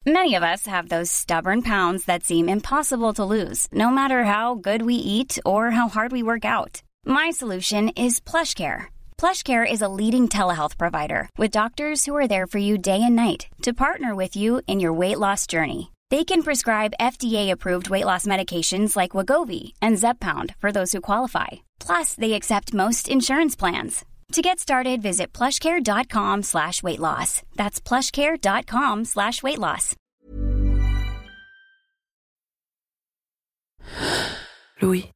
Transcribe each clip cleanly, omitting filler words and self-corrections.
Many of us have those stubborn pounds that seem impossible to lose, no matter how good we eat or how hard we work out. My solution is PlushCare. PlushCare is a leading telehealth provider with doctors who are there for you day and night to partner with you in your weight loss journey. They can prescribe FDA-approved weight loss medications like Wegovy and Zepbound for those who qualify. Plus, they accept most insurance plans. To get started, visit plushcare.com/weightloss. That's plushcare.com/weightloss. Louis.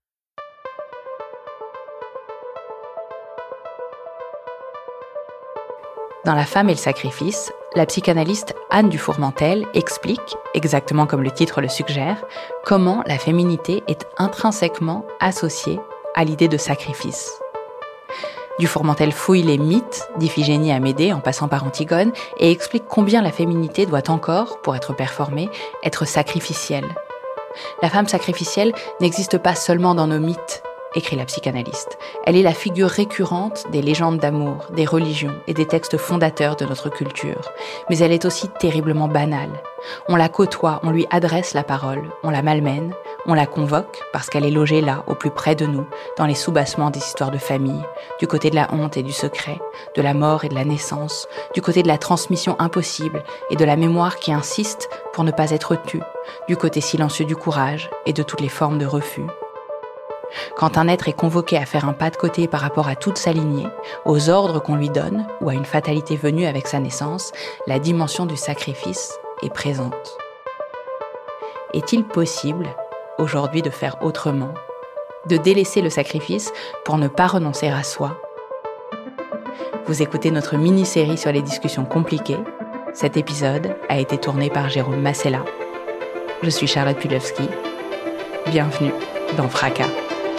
Dans La femme et le sacrifice, la psychanalyste Anne Dufourmentel explique, exactement comme le titre le suggère, comment la féminité est intrinsèquement associée à l'idée de sacrifice. Dufourmentel fouille les mythes d'Iphigénie à Médée en passant par Antigone et explique combien la féminité doit encore, pour être performée, être sacrificielle. La femme sacrificielle n'existe pas seulement dans nos mythes, écrit la psychanalyste. Elle est la figure récurrente des légendes d'amour, des religions et des textes fondateurs de notre culture. Mais elle est aussi terriblement banale. On la côtoie, on lui adresse la parole, on la malmène, on la convoque parce qu'elle est logée là, au plus près de nous, dans les soubassements des histoires de famille, du côté de la honte et du secret, de la mort et de la naissance, du côté de la transmission impossible et de la mémoire qui insiste pour ne pas être tue, du côté silencieux du courage et de toutes les formes de refus. Quand un être est convoqué à faire un pas de côté par rapport à toute sa lignée, aux ordres qu'on lui donne ou à une fatalité venue avec sa naissance, la dimension du sacrifice est présente. Est-il possible, aujourd'hui, de faire autrement, de délaisser le sacrifice pour ne pas renoncer à soi ? Vous écoutez notre mini-série sur les discussions compliquées. Cet épisode a été tourné par Jérôme Massella. Je suis Charlotte Pudlowski. Bienvenue dans Fracas.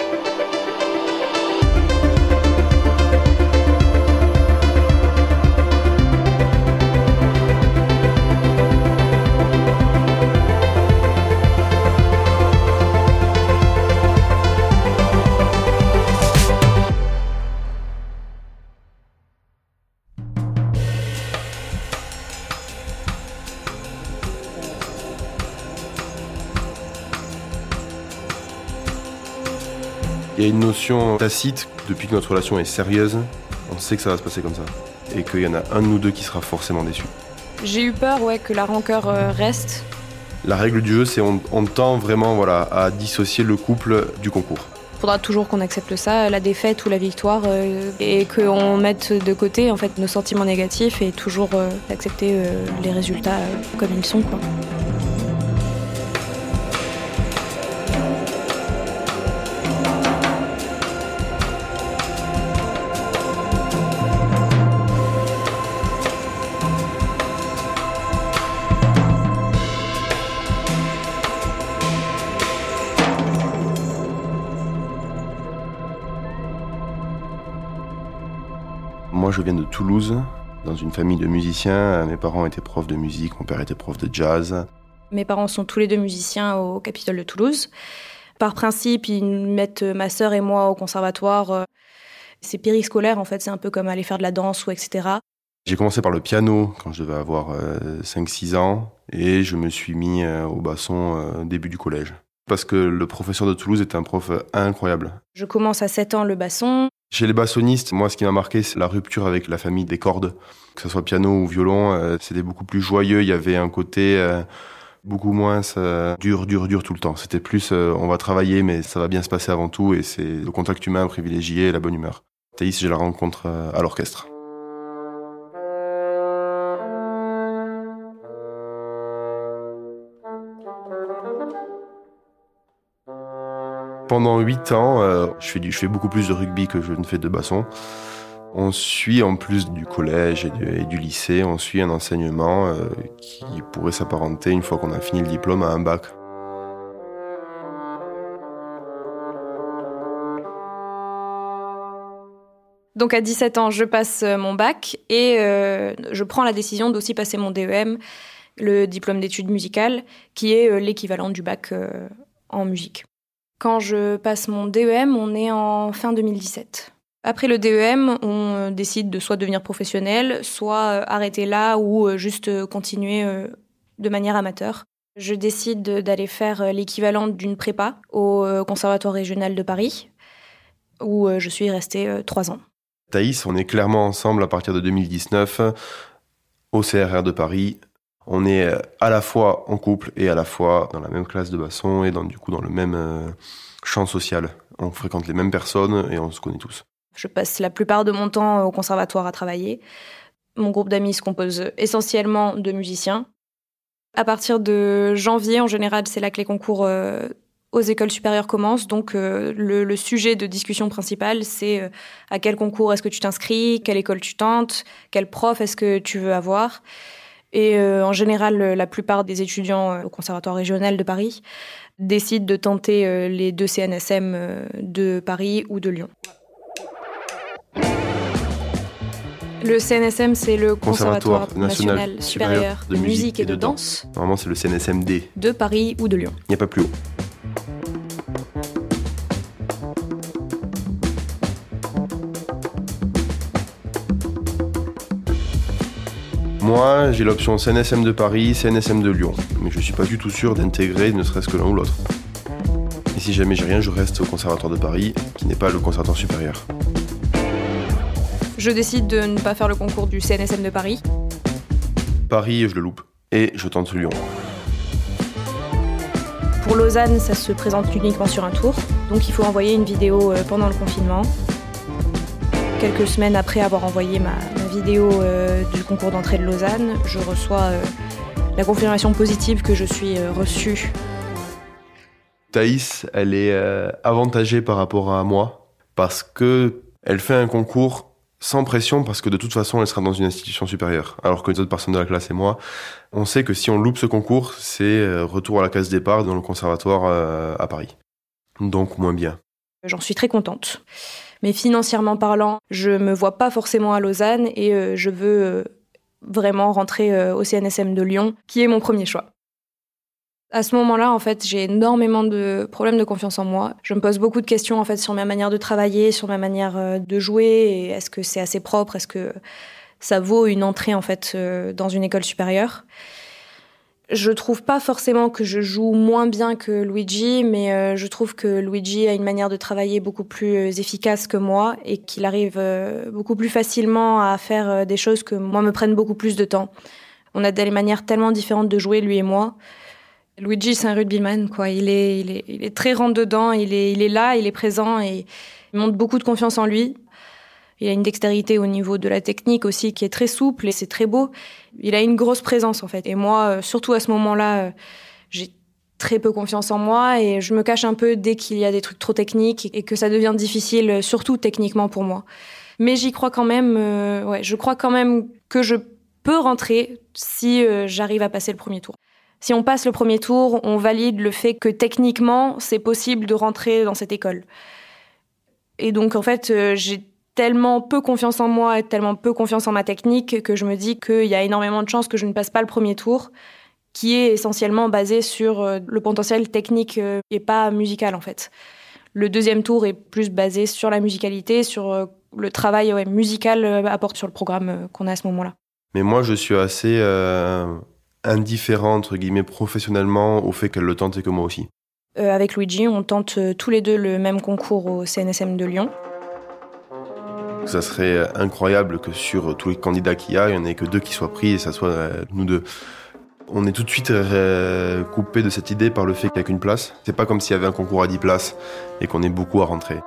Il y a une notion tacite, depuis que notre relation est sérieuse, on sait que ça va se passer comme ça. Et qu'il y en a un de nous deux qui sera forcément déçu. J'ai eu peur que la rancœur reste. La règle du jeu, c'est on tend vraiment à dissocier le couple du concours. Il faudra toujours qu'on accepte ça, la défaite ou la victoire, et qu'on mette de côté en fait, nos sentiments négatifs et toujours accepter les résultats comme ils sont, quoi. Moi, je viens de Toulouse, dans une famille de musiciens. Mes parents étaient profs de musique, mon père était prof de jazz. Mes parents sont tous les deux musiciens au Capitole de Toulouse. Par principe, ils mettent ma sœur et moi au conservatoire. C'est périscolaire, en fait, c'est un peu comme aller faire de la danse ou etc. J'ai commencé par le piano quand je devais avoir 5-6 ans et je me suis mis au basson début du collège. Parce que le professeur de Toulouse était un prof incroyable. Je commence à 7 ans le basson. Chez les bassonistes, moi, ce qui m'a marqué, c'est la rupture avec la famille des cordes. Que ce soit piano ou violon, c'était beaucoup plus joyeux. Il y avait un côté beaucoup moins dur tout le temps. C'était plus, on va travailler, mais ça va bien se passer avant tout. Et c'est le contact humain privilégié et la bonne humeur. Thaïs, je la rencontre à l'orchestre. Pendant 8 ans, je fais beaucoup plus de rugby que je ne fais de basson. On suit, en plus du collège et du lycée, on suit un enseignement qui pourrait s'apparenter, une fois qu'on a fini le diplôme, à un bac. Donc à 17 ans, je passe mon bac et je prends la décision d'aussi passer mon DEM, le diplôme d'études musicales, qui est l'équivalent du bac en musique. Quand je passe mon DEM, on est en fin 2017. Après le DEM, on décide de soit devenir professionnel, soit arrêter là ou juste continuer de manière amateur. Je décide d'aller faire l'équivalent d'une prépa au Conservatoire régional de Paris, où je suis restée 3 ans. Thaïs, on est clairement ensemble à partir de 2019 au CRR de Paris. On est à la fois en couple et à la fois dans la même classe de basson et dans le même champ social. On fréquente les mêmes personnes et on se connaît tous. Je passe la plupart de mon temps au conservatoire à travailler. Mon groupe d'amis se compose essentiellement de musiciens. À partir de janvier, en général, c'est là que les concours aux écoles supérieures commencent. Donc, le sujet de discussion principal, c'est à quel concours est-ce que tu t'inscris, quelle école tu tentes, quel prof est-ce que tu veux avoir. Et en général, la plupart des étudiants au Conservatoire régional de Paris décident de tenter les 2 CNSM de Paris ou de Lyon. Le CNSM, c'est le Conservatoire national supérieur de musique et de danse. Normalement, c'est le CNSM-D. De Paris ou de Lyon. Il n'y a pas plus haut. Moi, j'ai l'option CNSM de Paris, CNSM de Lyon. Mais je ne suis pas du tout sûr d'intégrer ne serait-ce que l'un ou l'autre. Et si jamais j'ai rien, je reste au Conservatoire de Paris, qui n'est pas le Conservatoire supérieur. Je décide de ne pas faire le concours du CNSM de Paris. Paris, je le loupe. Et je tente Lyon. Pour Lausanne, ça se présente uniquement sur un tour. Donc il faut envoyer une vidéo pendant le confinement. Quelques semaines après avoir envoyé ma vidéo du concours d'entrée de Lausanne, je reçois la confirmation positive que je suis reçue. Thaïs, elle est avantagée par rapport à moi parce qu'elle fait un concours sans pression parce que de toute façon, elle sera dans une institution supérieure. Alors que les autres personnes de la classe et moi, on sait que si on loupe ce concours, c'est retour à la case départ dans le conservatoire à Paris. Donc moins bien. J'en suis très contente. Mais financièrement parlant, je me vois pas forcément à Lausanne et je veux vraiment rentrer au CNSM de Lyon, qui est mon premier choix. À ce moment-là, en fait, j'ai énormément de problèmes de confiance en moi. Je me pose beaucoup de questions en fait sur ma manière de travailler, sur ma manière de jouer. Et est-ce que c'est assez propre ? Est-ce que ça vaut une entrée en fait dans une école supérieure ? Je trouve pas forcément que je joue moins bien que Luigi, mais je trouve que Luigi a une manière de travailler beaucoup plus efficace que moi et qu'il arrive beaucoup plus facilement à faire des choses que moi me prennent beaucoup plus de temps. On a des manières tellement différentes de jouer, lui et moi. Luigi, c'est un rugbyman, quoi. Il est très rentre-dedans, il est là, il est présent et il montre beaucoup de confiance en lui. Il a une dextérité au niveau de la technique aussi qui est très souple et c'est très beau. Il a une grosse présence en fait. Et moi, surtout à ce moment-là, j'ai très peu confiance en moi et je me cache un peu dès qu'il y a des trucs trop techniques et que ça devient difficile, surtout techniquement pour moi. Mais j'y crois quand même. Je crois quand même que je peux rentrer si j'arrive à passer le premier tour. Si on passe le premier tour, on valide le fait que techniquement, c'est possible de rentrer dans cette école. Et donc en fait, j'ai tellement peu confiance en moi et tellement peu confiance en ma technique que je me dis qu'il y a énormément de chances que je ne passe pas le premier tour, qui est essentiellement basé sur le potentiel technique et pas musical en fait. Le deuxième tour est plus basé sur la musicalité, sur le travail musical apporté sur le programme qu'on a à ce moment-là. Mais moi, je suis assez indifférent, entre guillemets, professionnellement au fait qu'elle le tente et que moi aussi. Avec Luigi, on tente tous les deux le même concours au CNSM de Lyon. Ça serait incroyable que sur tous les candidats qu'il y a, il n'y en ait que 2 qui soient pris et ça soit nous 2. On est tout de suite coupé de cette idée par le fait qu'il n'y a qu'une place. C'est pas comme s'il y avait un concours à 10 places et qu'on est beaucoup à rentrer.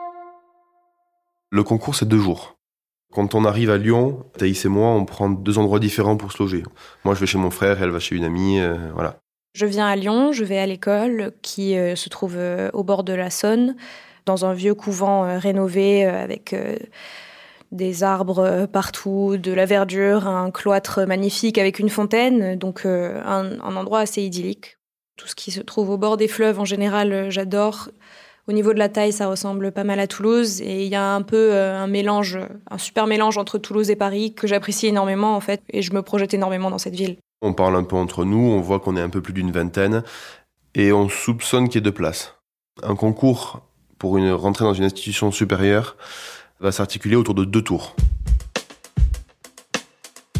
Le concours, c'est 2 jours. Quand on arrive à Lyon, Thaïs et moi, on prend 2 endroits différents pour se loger. Moi, je vais chez mon frère, elle va chez une amie, voilà. Je viens à Lyon, je vais à l'école qui se trouve au bord de la Saône, dans un vieux couvent rénové avec des arbres partout, de la verdure, un cloître magnifique avec une fontaine, donc un endroit assez idyllique. Tout ce qui se trouve au bord des fleuves, en général, j'adore. Au niveau de la taille, ça ressemble pas mal à Toulouse et il y a un peu un super mélange entre Toulouse et Paris que j'apprécie énormément en fait et je me projette énormément dans cette ville. On parle un peu entre nous, on voit qu'on est un peu plus d'une vingtaine et on soupçonne qu'il y ait 2 places. Un concours pour une rentrée dans une institution supérieure va s'articuler autour de 2 tours.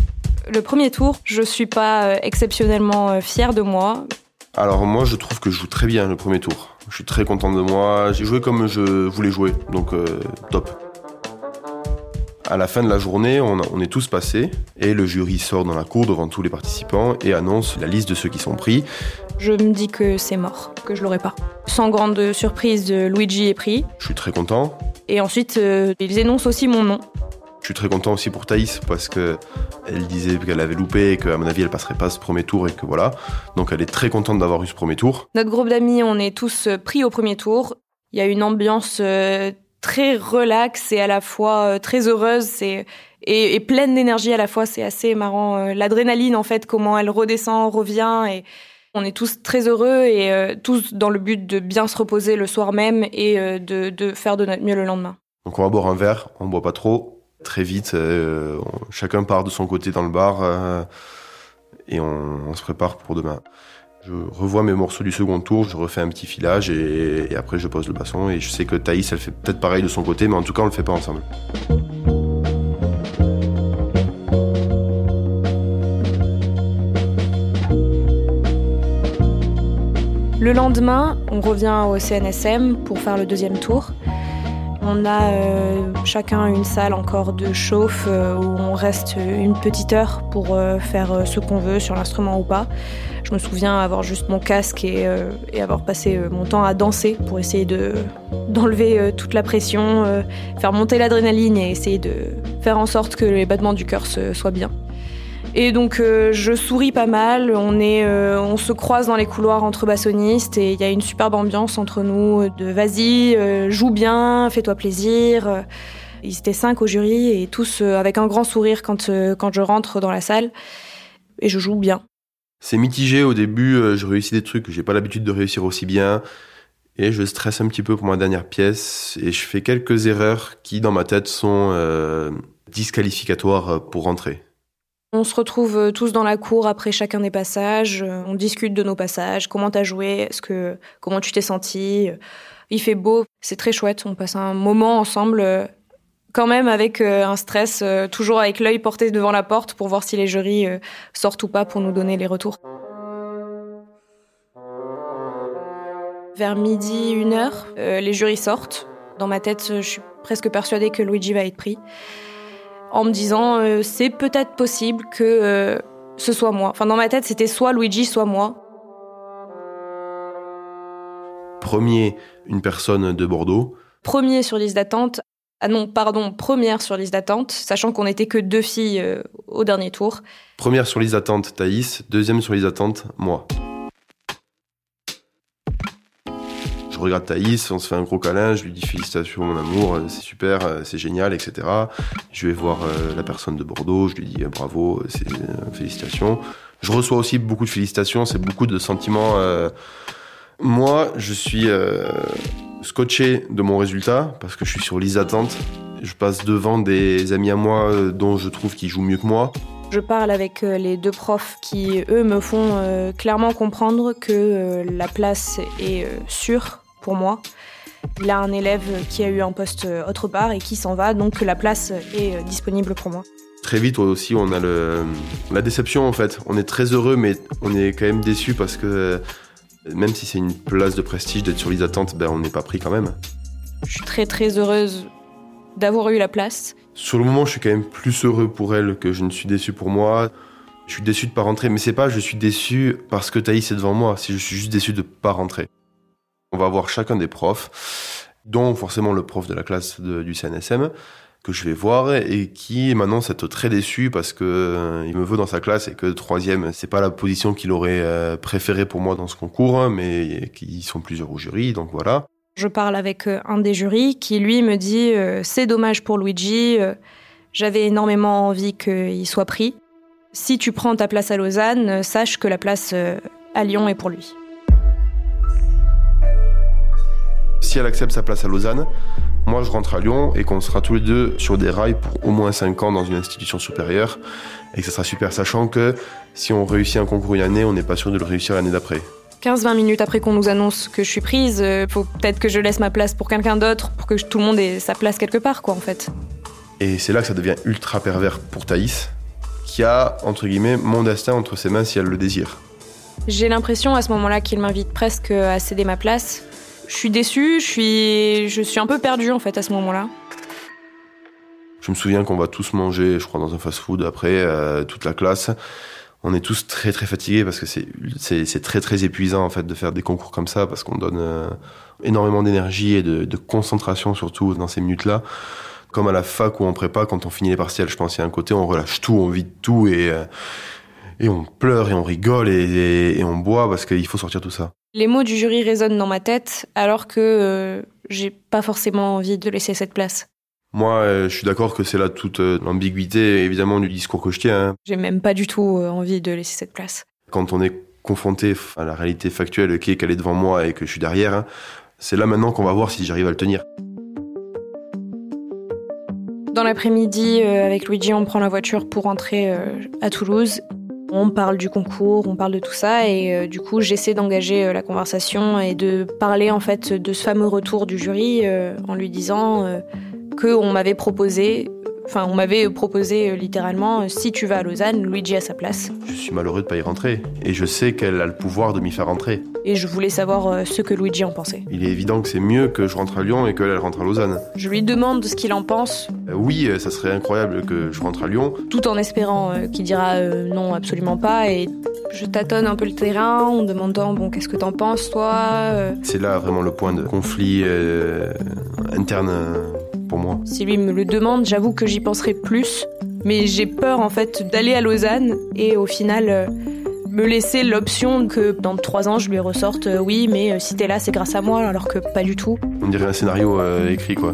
Le premier tour, je suis pas exceptionnellement fière de moi. Alors moi, je trouve que je joue très bien le premier tour. Je suis très content de moi. J'ai joué comme je voulais jouer, donc top. À la fin de la journée, on est tous passés et le jury sort dans la cour devant tous les participants et annonce la liste de ceux qui sont pris. Je me dis que c'est mort, que je l'aurai pas. Sans grande surprise, Luigi est pris. Je suis très content. Et ensuite, ils énoncent aussi mon nom. Je suis très content aussi pour Thaïs parce qu'elle disait qu'elle avait loupé et qu'à mon avis elle passerait pas ce premier tour et que voilà. Donc elle est très contente d'avoir eu ce premier tour. Notre groupe d'amis, on est tous pris au premier tour. Il y a une ambiance très relaxe et à la fois très heureuse et pleine d'énergie à la fois. C'est assez marrant. L'adrénaline en fait, comment elle redescend, revient et on est tous très heureux et tous dans le but de bien se reposer le soir même et de faire de notre mieux le lendemain. Donc on va boire un verre, on boit pas trop. Très vite, chacun part de son côté dans le bar et on se prépare pour demain. Je revois mes morceaux du second tour, je refais un petit filage et après je pose le basson. Et je sais que Thaïs, elle fait peut-être pareil de son côté, mais en tout cas on le fait pas ensemble. Le lendemain, on revient au CNSM pour faire le deuxième tour. On a chacun une salle encore de chauffe où on reste une petite heure pour faire ce qu'on veut sur l'instrument ou pas. Je me souviens avoir juste mon casque et avoir passé mon temps à danser pour essayer d'enlever toute la pression, faire monter l'adrénaline et essayer de faire en sorte que les battements du cœur soient bien. Et donc je souris pas mal, on se croise dans les couloirs entre bassonistes et il y a une superbe ambiance entre nous de vas-y, joue bien, fais-toi plaisir. Ils étaient 5 au jury et tous avec un grand sourire quand je rentre dans la salle et je joue bien. C'est mitigé au début, je réussis des trucs que j'ai pas l'habitude de réussir aussi bien et je stresse un petit peu pour ma dernière pièce et je fais quelques erreurs qui dans ma tête sont disqualificatoires pour rentrer. On se retrouve tous dans la cour après chacun des passages, on discute de nos passages, comment t'as joué, comment tu t'es senti. Il fait beau, c'est très chouette, on passe un moment ensemble, quand même avec un stress, toujours avec l'œil porté devant la porte pour voir si les jurys sortent ou pas pour nous donner les retours. Vers midi, 1h, les jurys sortent. Dans ma tête, je suis presque persuadée que Luigi va être pris. En me disant c'est peut-être possible que ce soit moi. Enfin, dans ma tête, c'était soit Luigi, soit moi. Premier, une personne de Bordeaux. Premier sur liste d'attente. Première sur liste d'attente, sachant qu'on n'était que 2 filles au dernier tour. Première sur liste d'attente, Thaïs. Deuxième sur liste d'attente, moi. Je regarde Thaïs, on se fait un gros câlin, je lui dis félicitations mon amour, c'est super, c'est génial, etc. Je vais voir la personne de Bordeaux, je lui dis bravo, félicitations. Je reçois aussi beaucoup de félicitations, c'est beaucoup de sentiments. Moi, je suis scotché de mon résultat parce que je suis sur liste d'attente. Je passe devant des amis à moi dont je trouve qu'ils jouent mieux que moi. Je parle avec les 2 profs qui, eux, me font clairement comprendre que la place est sûre pour moi. Il y a un élève qui a eu un poste autre part et qui s'en va, donc la place est disponible pour moi. Très vite aussi, on a la déception en fait. On est très heureux, mais on est quand même déçus parce que même si c'est une place de prestige d'être sur liste d'attente, on n'est pas pris quand même. Je suis très très heureuse d'avoir eu la place. Sur le moment, je suis quand même plus heureux pour elle que je ne suis déçu pour moi. Je suis déçu de pas rentrer, mais c'est pas je suis déçu parce que Thaïs est devant moi, c'est je suis juste déçu de pas rentrer. On va voir chacun des profs, dont forcément le prof de la classe du CNSM, que je vais voir et qui maintenant s'est très déçu parce que il me veut dans sa classe et que 3e, c'est pas la position qu'il aurait préférée pour moi dans ce concours, mais qu'ils sont plusieurs au jury, donc voilà. Je parle avec un des jurys qui, lui, me dit « C'est dommage pour Luigi, j'avais énormément envie qu'il soit pris. Si tu prends ta place à Lausanne, sache que la place à Lyon est pour lui. » Si elle accepte sa place à Lausanne, moi je rentre à Lyon et qu'on sera tous les deux sur des rails pour au moins 5 ans dans une institution supérieure et que ça sera super, sachant que si on réussit un concours une année, on n'est pas sûr de le réussir l'année d'après. 15-20 minutes après qu'on nous annonce que je suis prise, faut peut-être que je laisse ma place pour quelqu'un d'autre, pour que tout le monde ait sa place quelque part, quoi, en fait. Et c'est là que ça devient ultra pervers pour Thaïs, qui a, entre guillemets, mon destin entre ses mains si elle le désire. J'ai l'impression à ce moment-là qu'il m'invite presque à céder ma place. Je suis déçue, je suis un peu perdue en fait à ce moment-là. Je me souviens qu'on va tous manger, je crois, dans un fast-food après, toute la classe. On est tous très très fatigués parce que c'est très très épuisant en fait de faire des concours comme ça parce qu'on donne énormément d'énergie et de concentration surtout dans ces minutes-là. Comme à la fac ou en prépa quand on finit les partiels, je pense qu'il y a un côté on relâche tout, on vide tout et on pleure et on rigole et on boit parce qu'il faut sortir tout ça. Les mots du jury résonnent dans ma tête alors que j'ai pas forcément envie de laisser cette place. Moi, je suis d'accord que c'est là toute l'ambiguïté, évidemment, du discours que je tiens. J'ai même pas du tout envie de laisser cette place. Quand on est confronté à la réalité factuelle qui est qu'elle est devant moi et que je suis derrière, c'est là maintenant qu'on va voir si j'arrive à le tenir. Dans l'après-midi, avec Luigi, on prend la voiture pour rentrer à Toulouse. On parle du concours, on parle de tout ça et du coup, j'essaie d'engager la conversation et de parler en fait de ce fameux retour du jury en lui disant... qu'on m'avait proposé, littéralement, si tu vas à Lausanne, Luigi a sa place. Je suis malheureux de ne pas y rentrer, et je sais qu'elle a le pouvoir de m'y faire rentrer. Et je voulais savoir ce que Luigi en pensait. Il est évident que c'est mieux que je rentre à Lyon et qu'elle rentre à Lausanne. Je lui demande ce qu'il en pense. Oui, ça serait incroyable que je rentre à Lyon. Tout en espérant qu'il dira non, absolument pas, et je tâtonne un peu le terrain en demandant, bon, qu'est-ce que t'en penses, toi C'est là vraiment le point de conflit interne pour moi. Si lui me le demande, j'avoue que j'y penserai plus, mais j'ai peur en fait d'aller à Lausanne et au final me laisser l'option que dans 3 ans je lui ressorte oui, mais si t'es là c'est grâce à moi, alors que pas du tout. On dirait un scénario écrit quoi.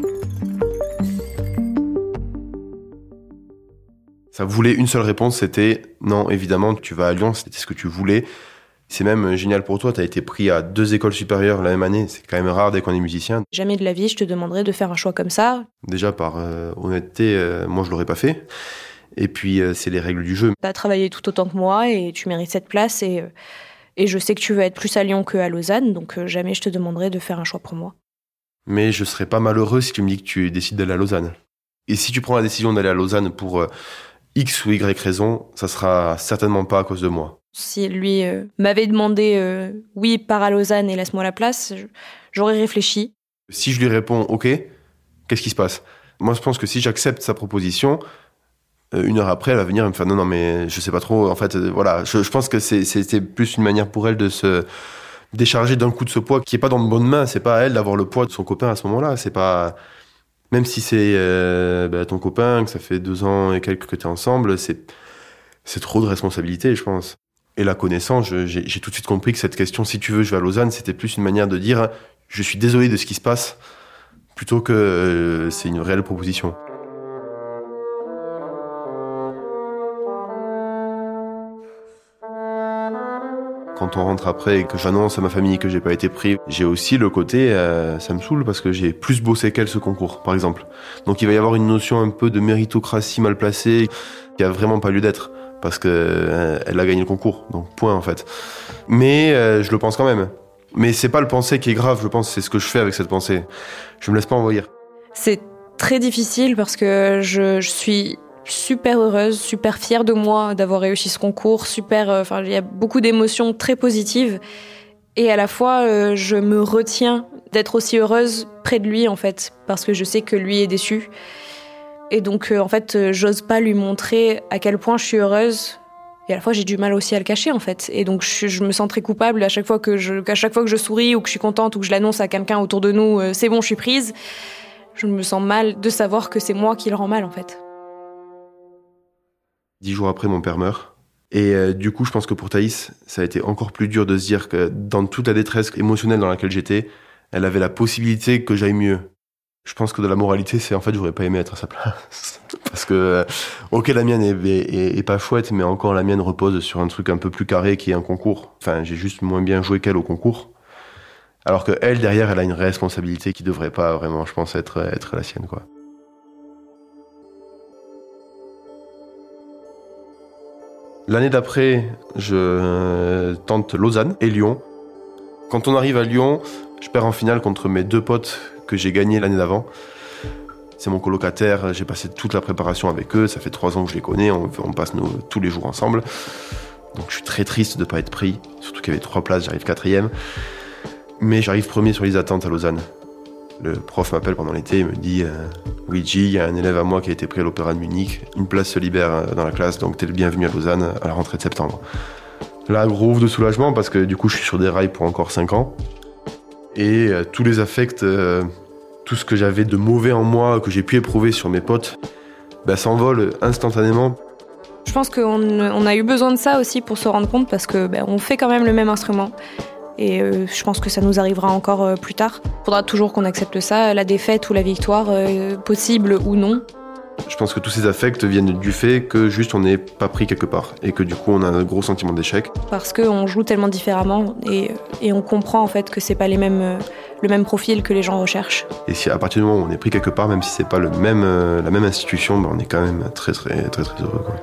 Ça voulait une seule réponse, c'était non, évidemment tu vas à Lyon, c'était ce que tu voulais. C'est même génial pour toi, t'as été pris à 2 écoles supérieures la même année, c'est quand même rare dès qu'on est musicien. Jamais de la vie je te demanderais de faire un choix comme ça. Déjà par honnêteté, moi je l'aurais pas fait. Et puis c'est les règles du jeu. T'as travaillé tout autant que moi et tu mérites cette place et je sais que tu veux être plus à Lyon qu'à Lausanne, donc jamais je te demanderais de faire un choix pour moi. Mais je serais pas malheureux si tu me dis que tu décides d'aller à Lausanne. Et si tu prends la décision d'aller à Lausanne pour X ou Y raison, ça sera certainement pas à cause de moi. Si lui m'avait demandé oui, pars à Lausanne et laisse-moi la place, j'aurais réfléchi. Si je lui réponds ok, qu'est-ce qui se passe ? Moi je pense que si j'accepte sa proposition, 1 heure après elle va venir et me faire non mais je sais pas trop, en fait voilà, je pense que c'est plus une manière pour elle de se décharger d'un coup de ce poids qui est pas dans de bonnes mains. C'est pas à elle d'avoir le poids de son copain à ce moment-là, c'est pas... Même si c'est ton copain, que ça fait 2 ans et quelques que t'es ensemble, c'est trop de responsabilité je pense. Et la connaissant, j'ai tout de suite compris que cette question, si tu veux, je vais à Lausanne, c'était plus une manière de dire je suis désolé de ce qui se passe, plutôt que c'est une réelle proposition. Quand on rentre après et que j'annonce à ma famille que j'ai pas été pris, j'ai aussi le côté, ça me saoule parce que j'ai plus bossé qu'elle ce concours, par exemple. Donc il va y avoir une notion un peu de méritocratie mal placée qui a vraiment pas lieu d'être. Parce qu'elle a gagné le concours, donc point en fait. Mais je le pense quand même. Mais c'est pas le penser qui est grave, je pense, c'est ce que je fais avec cette pensée. Je me laisse pas envahir. C'est très difficile parce que je suis super heureuse, super fière de moi d'avoir réussi ce concours, il y a beaucoup d'émotions très positives. Et à la fois, je me retiens d'être aussi heureuse près de lui en fait, parce que je sais que lui est déçu. Et donc, en fait, j'ose pas lui montrer à quel point je suis heureuse. Et à la fois, j'ai du mal aussi à le cacher, en fait. Et donc, je me sens très coupable à chaque fois que je souris ou que je suis contente ou que je l'annonce à quelqu'un autour de nous, c'est bon, je suis prise. Je me sens mal de savoir que c'est moi qui le rend mal, en fait. 10 jours après, mon père meurt. Et du coup, je pense que pour Thaïs, ça a été encore plus dur de se dire que dans toute la détresse émotionnelle dans laquelle j'étais, elle avait la possibilité que j'aille mieux. Je pense que de la moralité, c'est en fait, j'aurais pas aimé être à sa place. Parce que, ok, la mienne est pas chouette, mais encore la mienne repose sur un truc un peu plus carré qui est un concours. Enfin, j'ai juste moins bien joué qu'elle au concours. Alors que elle, derrière, elle a une responsabilité qui devrait pas vraiment, je pense, être la sienne, quoi. L'année d'après, je tente Lausanne et Lyon. Quand on arrive à Lyon, je perds en finale contre mes 2 potes que j'ai gagnés l'année d'avant. C'est mon colocataire, j'ai passé toute la préparation avec eux, ça fait 3 ans que je les connais, on passe tous les jours ensemble. Donc je suis très triste de ne pas être pris, surtout qu'il y avait 3 places, j'arrive 4e. Mais j'arrive premier sur les attentes à Lausanne. Le prof m'appelle pendant l'été, il me dit « Luigi, il y a un élève à moi qui a été pris à l'Opéra de Munich, une place se libère dans la classe, donc t'es le bienvenu à Lausanne à la rentrée de septembre. » Là, gros ouf de soulagement parce que du coup je suis sur des rails pour encore 5 ans. Et tous les affects, tout ce que j'avais de mauvais en moi, que j'ai pu éprouver sur mes potes, s'envole instantanément. Je pense qu'on a eu besoin de ça aussi pour se rendre compte parce que on fait quand même le même instrument. Et je pense que ça nous arrivera encore plus tard. Il faudra toujours qu'on accepte ça, la défaite ou la victoire, possible ou non. Je pense que tous ces affects viennent du fait que juste on n'est pas pris quelque part et que du coup on a un gros sentiment d'échec. Parce qu'on joue tellement différemment et on comprend en fait que c'est pas le même profil que les gens recherchent. Et si à partir du moment où on est pris quelque part, même si c'est pas la même institution, on est quand même très très très très heureux, quoi.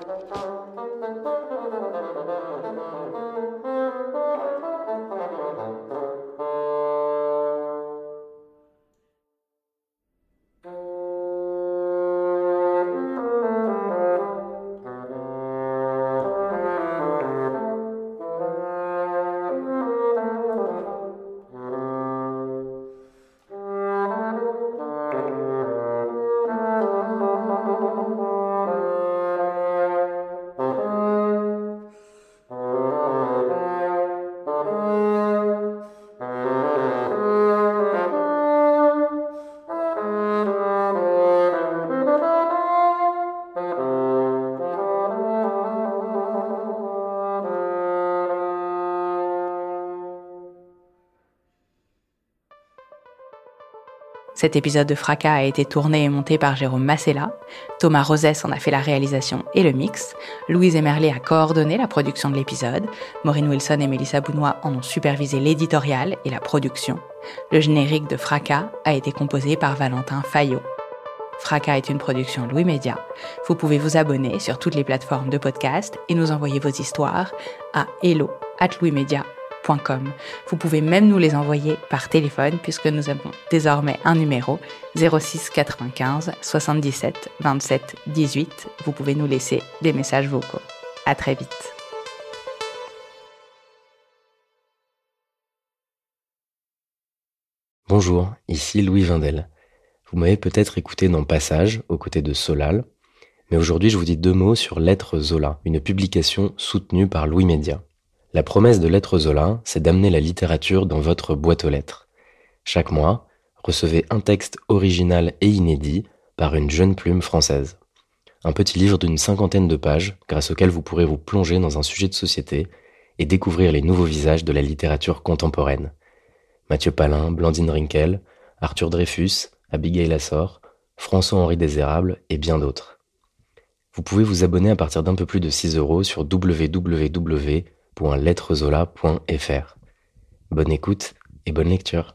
Cet épisode de Fracas a été tourné et monté par Jérôme Massella. Thomas Rosès en a fait la réalisation et le mix. Louise Emerlé a coordonné la production de l'épisode. Maureen Wilson et Mélissa Bounois en ont supervisé l'éditorial et la production. Le générique de Fracas a été composé par Valentin Fayot. Fracas est une production Louis Média. Vous pouvez vous abonner sur toutes les plateformes de podcast et nous envoyer vos histoires à hello@louismedia.com. Vous pouvez même nous les envoyer par téléphone puisque nous avons désormais un numéro 06 95 77 27 18. Vous pouvez nous laisser des messages vocaux. À très vite. Bonjour, ici Louis Vindel. Vous m'avez peut-être écouté dans Passage, aux côtés de Solal, mais aujourd'hui je vous dis 2 mots sur Lettres Zola, une publication soutenue par Louis Média. La promesse de Lettres Zola, c'est d'amener la littérature dans votre boîte aux lettres. Chaque mois, recevez un texte original et inédit par une jeune plume française. Un petit livre d'une 50aine de pages, grâce auquel vous pourrez vous plonger dans un sujet de société et découvrir les nouveaux visages de la littérature contemporaine. Mathieu Palin, Blandine Rinkel, Arthur Dreyfus, Abigail Assor, François-Henri Désérable et bien d'autres. Vous pouvez vous abonner à partir d'un peu plus de 6 € sur www.lettrezola.fr. Bonne écoute et bonne lecture.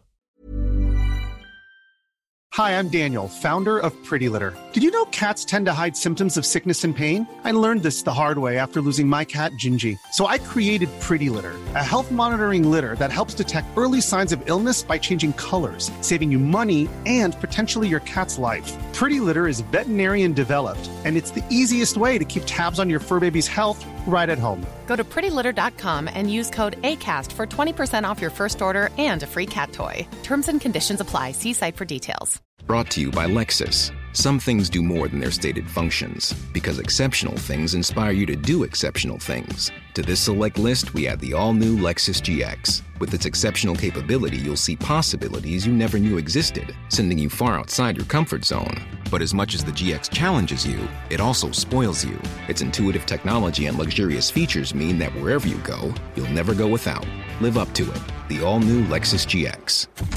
Hi, I'm Daniel, founder of Pretty Litter. Did you know cats tend to hide symptoms of sickness and pain? I learned this the hard way after losing my cat, Gingy. So I created Pretty Litter, a health monitoring litter that helps detect early signs of illness by changing colors, saving you money and potentially your cat's life. Pretty Litter is veterinarian developed, and it's the easiest way to keep tabs on your fur baby's health right at home. Go to prettylitter.com and use code ACAST for 20% off your first order and a free cat toy. Terms and conditions apply. See site for details. Brought to you by Lexus. Some things do more than their stated functions, because exceptional things inspire you to do exceptional things. To this select list, we add the all-new Lexus GX. With its exceptional capability, you'll see possibilities you never knew existed, sending you far outside your comfort zone. But as much as the GX challenges you, it also spoils you. Its intuitive technology and luxurious features mean that wherever you go, you'll never go without. Live up to it. The all-new Lexus GX.